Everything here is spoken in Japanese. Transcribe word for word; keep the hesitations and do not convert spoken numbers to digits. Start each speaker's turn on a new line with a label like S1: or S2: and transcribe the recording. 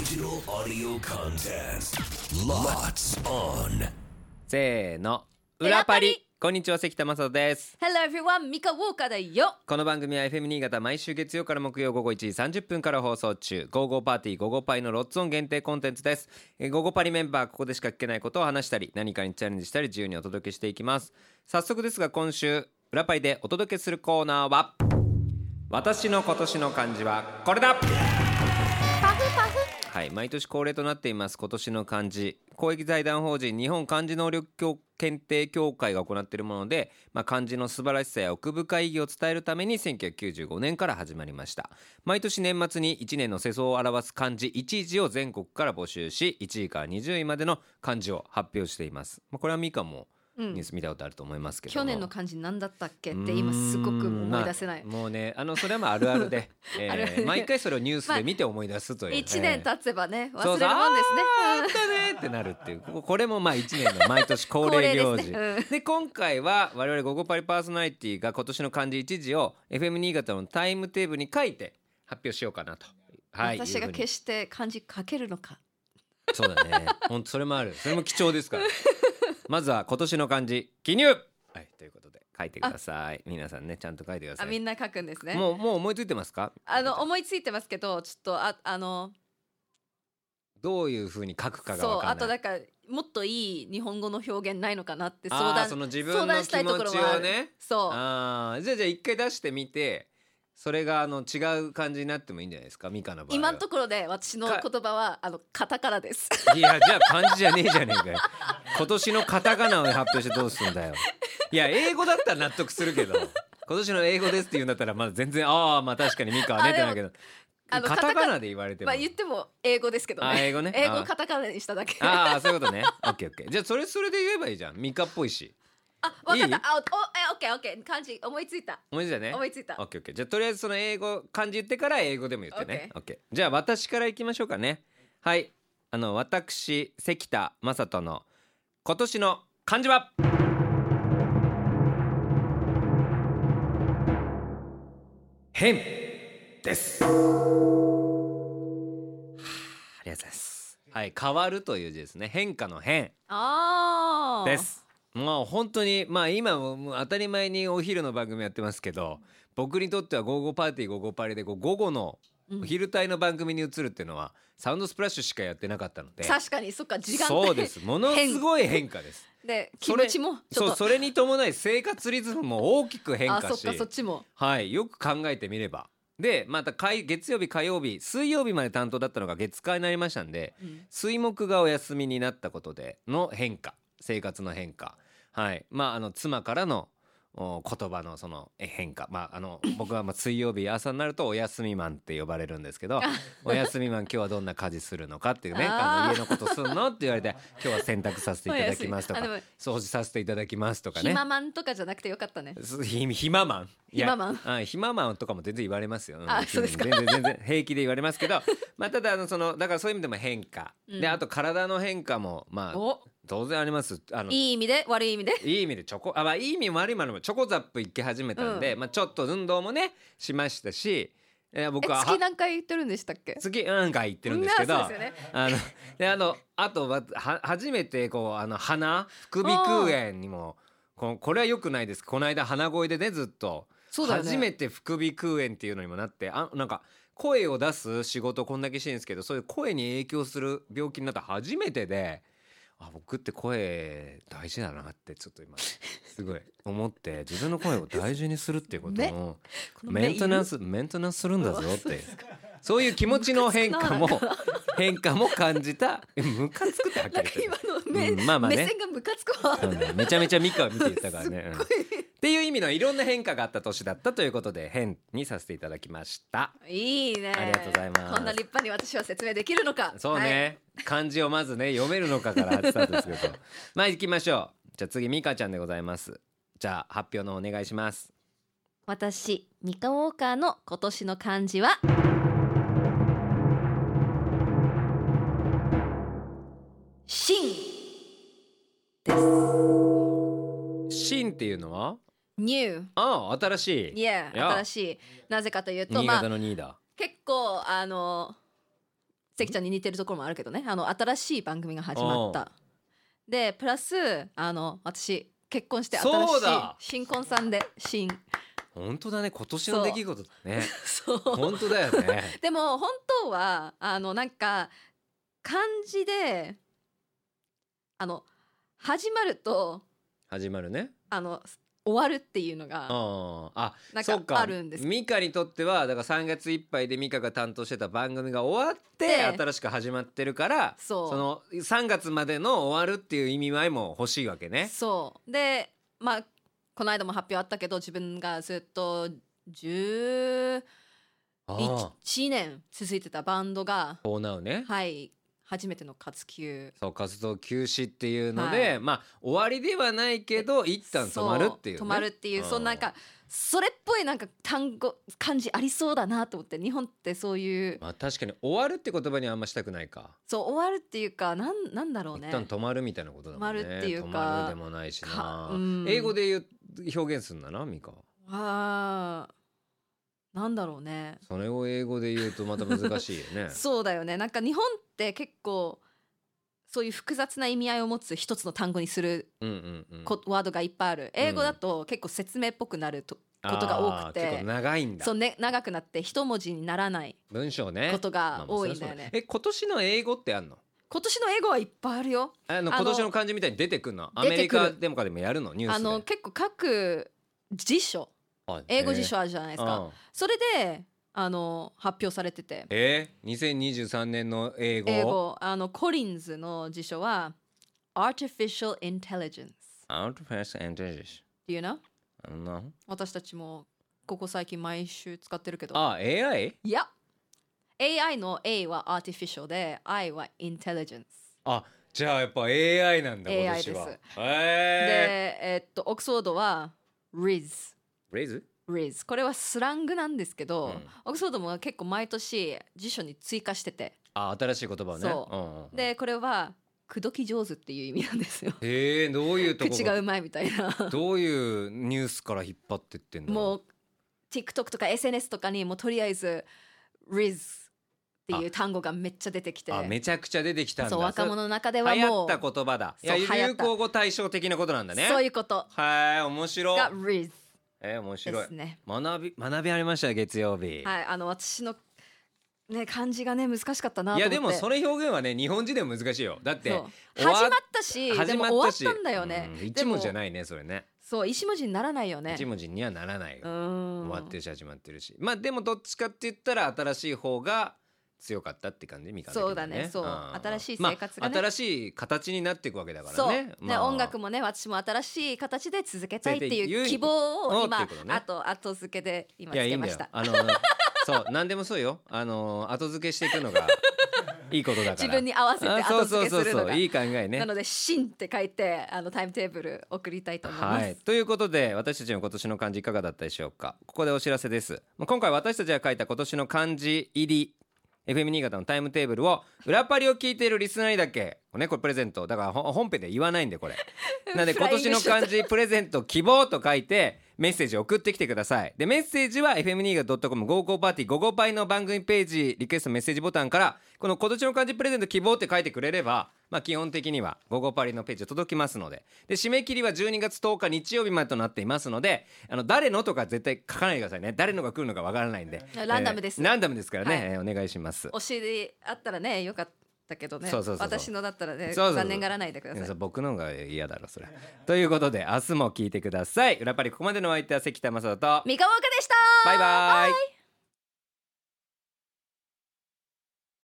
S1: Digital audio contest. Lots on.
S2: せーの、裏パリ。こんにちは、関田正人です。
S3: Hello everyone、ミカウォーカーだよ。
S2: この番組は エフエム 新潟毎週月曜から木曜午後いちじさんじゅっぷんから放送中、ゴーゴーパーティーゴーゴーパイのロッツオン限定コンテンツです。えーゴーゴーパリメンバー、ここでしか聞けないことを話したり、何かにチャレンジしたり、自由にお届けしていきます。早速ですが、今週裏パリでお届けするコーナーは、私の今年の漢字はこれだ。
S3: パフパフ。
S2: はい、毎年恒例となっています今年の漢字、公益財団法人日本漢字能力検定協会が行っているもので、まあ、漢字の素晴らしさや奥深い意義を伝えるためにせんきゅうひゃくきゅうじゅうごねんから始まりました。毎年年末にいちねんの世相を表す漢字いちいじを全国から募集し、いちいからにじゅういまでの漢字を発表しています。まあ、これはミカもニュース見たことあると思いますけども、
S3: 去年の漢字何だったっけって今すごく思い出せない、
S2: まあ、もうね、あのそれはまああるあるで、えー、
S3: あるある
S2: 毎回それをニュースで見て思い出すという、
S3: いちねん経つばね、
S2: えー、
S3: 忘れるもんですね。
S2: あったねってなるっていう、これもまあいちねんの毎年恒例行事
S3: 恒例ですね、うん、
S2: で今回は我々ゴゴパリパーソナリティが今年の漢字一字を エフエム 新潟のタイムテーブルに書いて発表しようかなと、はい、
S3: 私が決して漢字書けるのか。
S2: そうだね、本当それもある、それも貴重ですからまずは今年の漢字記入、はい、ということで書いてください。皆さんね、ちゃんと書いてください。
S3: あ、みんな書くんですね。
S2: もうもう思いついてますか？
S3: あの思いついてますけど、ちょっとああの
S2: どういう風に書くかが分かんない。
S3: そう、あとだからもっといい日本語の表現ないのかなって相
S2: あー、
S3: 談
S2: その自分の気持ちをね。
S3: そう。
S2: あー、じゃあじゃあ一回出してみて、それがあの違う感じになってもいいんじゃないですか、ミカの場合は。
S3: 今のところで私の言葉はあのカタカナです。
S2: いや、じゃあ漢字じゃねえじゃねえかよ今年のカタカナを発表してどうすんだよ。いや、英語だったら納得するけど今年の英語ですって言うんだったらまだ全然、ああまあ確かにミカはねってなるけど、カタカナで言われても、
S3: まあ言っても英語ですけどね。
S2: あ、英語ね。
S3: 英語カタカナにしただけ。
S2: ああ、そういうことね。オッケーオッケー。じゃあそれそれで言えばいいじゃん。ミカっぽいし。
S3: あ、わかった。
S2: いい？
S3: あ、お、え、オッケーオッケー。漢字思いついた。
S2: 思いついたね。
S3: 思いついた。
S2: オッケーオッケー。じゃあとりあえずその英語漢字言ってから英語でも言ってね。オッケー。じゃあ私からいきましょうかね。はい。あの私関田正人の今年の漢字は変です。はあ、ありがとうございます。はい、変わるという字ですね。変化の変
S3: あー
S2: です。もう本当にまあ今ももう当たり前にお昼の番組やってますけど、僕にとってはゴーゴーパーティーゴーゴーパリでこう午後のお昼帯の番組に移るっていうのは、うん、サウンドスプラッシュしかやってなかったので、
S3: 確かにそっか、時間
S2: そうです、ものすごい変化です
S3: で気持ちもちょっと、
S2: そう、それに伴い生活リズムも大きく変化し、
S3: あ、そっか、そっちも、
S2: はい、よく考えてみれば、でまた月曜日火曜日水曜日まで担当だったのが月火になりましたんで、うん、水木がお休みになったことでの変化、生活の変化、はい、まああの妻からの言葉のその変化、まああの僕はまあ水曜日朝になるとおやすみマンって呼ばれるんですけどおやすみマン今日はどんな家事するのかっていうね、あの家のことするのって言われて、今日は洗濯させていただきますとか掃除させていただきますとかね、
S3: 暇マンとかじゃなくてよかったね。
S2: ひ暇マン、
S3: 暇マン、
S2: あ、暇マンとかも全然言われますよ。
S3: あ、そうですか。
S2: 全然全然平気で言われますけどまあただあのそのだからそういう意味でも変化、うん、であと体の変化もまあ当然あります。あの
S3: いい意味で悪い意味で、
S2: いい意味でチョコ、あ、まあ、いい意味も悪い意味もチョコザップ行き始めたんで、うん、まあ、ちょっと運動もねしましたし、え僕は
S3: 月何回行ってるんでしたっけ？
S2: 月何回行ってるんですけど、
S3: そうですよね、
S2: あのであのあとは初めてこうあの鼻副鼻腔炎にもここれは良くないです。この間鼻声でねずっと、ね、初めて副鼻腔炎っていうのにもなって、あ、なんか声を出す仕事こんだけしてるんですけど、そういう声に影響する病気になった初めてで、あ、僕って声大事だなってちょっと今すごい思って、自分の声を大事にするっていうことをメンテナンスメンテナンスするんだぞって、そういう気持ちの変化も変化も感じた。ムカつくってはっきり言って、
S3: 今の目、うん、まあまあね、目線がムカつくわ、
S2: ね、めちゃめちゃミカを見ていたからね、うん、っていう意味のいろんな変化があった年だったということで変にさせていただきました。
S3: いいね、
S2: ありがとうございます。
S3: こんな立派に私は説明できるのか。
S2: そうね、はい、漢字をまずね読めるのかからスタートですけどまあ行きましょう。じゃあ次ミカちゃんでございます。じゃあ発表のお願いします。
S3: 私ミカウォーカーの今年の漢字は新です。
S2: 新っていうのは
S3: ニュー、
S2: ああ、新しい。
S3: いや、新しい。なぜかというと、
S2: 新潟のにだ、
S3: まあ、結構あの関ちゃんに似てるところもあるけどね、あの新しい番組が始まったでプラスあの私結婚して新しい
S2: そうだ
S3: 新婚さんで新
S2: 本当だね、今年の出来事だね。
S3: そう
S2: 本当だよね。
S3: でも本当はあのなんか漢字であの始まると
S2: 始まるね。
S3: あの終わるっていうのが
S2: ああ、
S3: なんか
S2: そうか。
S3: あるんです。
S2: ミカにとってはだからさんがついっぱいでミカが担当してた番組が終わって
S3: で
S2: 新しく始まってるから、
S3: そう
S2: そのさんがつまでの終わるっていう意味合いも欲しいわけね。
S3: そうでまあこの間も発表あったけど自分がずっとじゅういちねん続いてたバンドが
S2: フォーナウね。
S3: はい初めての活休
S2: そう活動休止っていうので、
S3: はい、
S2: まあ終わりではないけど一旦止まるっていう、ね、
S3: 止まるっていう、うん、そのなんかそれっぽいなんか単語漢字ありそうだなと思って、日本ってそういう、
S2: まあ、確かに終わるって言葉にはあんましたくないか。
S3: そう終わるっていうかなんなんだろうね、
S2: 一旦止まるみたいなことだもんね。
S3: 止まるっていうか
S2: 止まるでもないしな、
S3: うん、
S2: 英語で言う表現するんだなミカ。
S3: あーなんだろうね、
S2: それを英語で言うとまた難しいよね。
S3: そうだよね、なんか日本って結構そういう複雑な意味合いを持つ一つの単語にする、うんうんうん、ワードがいっぱいある。英語だと結構説明っぽくなると、うん、ことが多くて
S2: 結構長いんだ。
S3: そう、ね、長くなって一文字にならない
S2: 文章ね
S3: ことが多いんだよね、まあ、
S2: え今年の英語ってあんの？
S3: 今年の英語はいっぱいあるよ。
S2: あの今年の漢字みたいに出てくるの？アメリカでもかでもやるの？ニュースで。
S3: あの結構各辞書英語辞書あるじゃないですか、それであの発表されてて、
S2: えー、にせんにじゅうさんねんの英語
S3: 英語あのコリンズの辞書は Artificial Intelligence
S2: Artificial Intelligence
S3: Do you know?
S2: あの
S3: 私たちもここ最近毎週使ってるけど、
S2: あ、エーアイ？
S3: いや エーアイ の A は Artificial で I は Intelligence。
S2: あ、じゃあやっぱ エーアイ なんだ。
S3: エーアイ
S2: 今年は。
S3: です。
S2: へー。
S3: でえっとオックスフォードは Riz
S2: Riz？
S3: Riz これはスラングなんですけど、うん、オックスフォードも結構毎年辞書に追加してて、
S2: あ、新しい言葉をね。
S3: そう、うんうん、でこれは口説き上手っていう意味なんですよ。
S2: へえ、どういうとこ
S3: 口がうまいみたいな。
S2: どういうニュースから引っ張ってってんだろう。
S3: もう TikTok とか エスエヌエス とかにもとりあえず Riz っていう単語がめっちゃ出てきて、
S2: あ、めちゃくちゃ出てきたんだ。
S3: そう、若者の中ではもう
S2: 流行った言葉だ。いや、流行語大賞的なことなんだね。
S3: そういうこと。
S2: はい、面白い。
S3: が Riz
S2: えー、面白い
S3: ですね。
S2: 学び学びありました月曜日。
S3: はい、あの私のね漢字がね難しかったなと思って。
S2: いやでもそれ表現はね日本人でも難しいよ。だって
S3: 始まったし、でも終わったんだよね。
S2: うん、一文字じゃないねそれね。
S3: そう、一文字にならないよね。
S2: 一文字にはならないよ。終わってるし始まってるし、まあでもどっちかって言ったら新しい方が強かったって感じ。みかん的にね。
S3: そうだね。そう、うん、新しい生活がね、
S2: まあ、新しい形になっていくわけだからね。
S3: そう、
S2: まあ、
S3: ね、音楽もね私も新しい形で続けたいっていう希望を今、ね、あと後付けで今つけました。いやいいんだよ。あの
S2: そう何でもそうよ。あの後付けしていくのがいいことだから。
S3: 自分に合わせて後付けするのが
S2: いい考えね。
S3: なので新って書いてあのタイムテーブル送りたいと思います。はい、
S2: ということで私たちの今年の漢字いかがだったでしょうか。ここでお知らせです。今回私たちが書いた今年の漢字入りエフエム 新潟のタイムテーブルを裏パリを聞いているリスナーにだけ、ね、これプレゼントだから本編で言わないんでこれなんで今年の漢字プレゼント希望と書いてメッセージ送ってきてください。でメッセージは エフエム 新潟 .com ゴーゴーパーティーゴーゴーパイの番組ページリクエストメッセージボタンからこの今年の漢字プレゼント希望って書いてくれれば、まあ、基本的にはゴーゴーパリのページ届きますので、で締め切りはじゅうにがつとおか日曜日までとなっていますので、あの誰のとか絶対書かないでくださいね。誰のが来るのかわからないんで
S3: ランダムです、
S2: えー、ランダムですからね、はい、えー、お願いします。
S3: お尻あったらねよかっただけどね、そうそうそうそう、私のだったらね、
S2: そうそうそう、
S3: 残念がらないでください。
S2: 僕のが嫌だろそれということで明日も聞いてください。裏パリここまでのお相手は関田正人と
S3: 三河岡でした。
S2: バイバイ。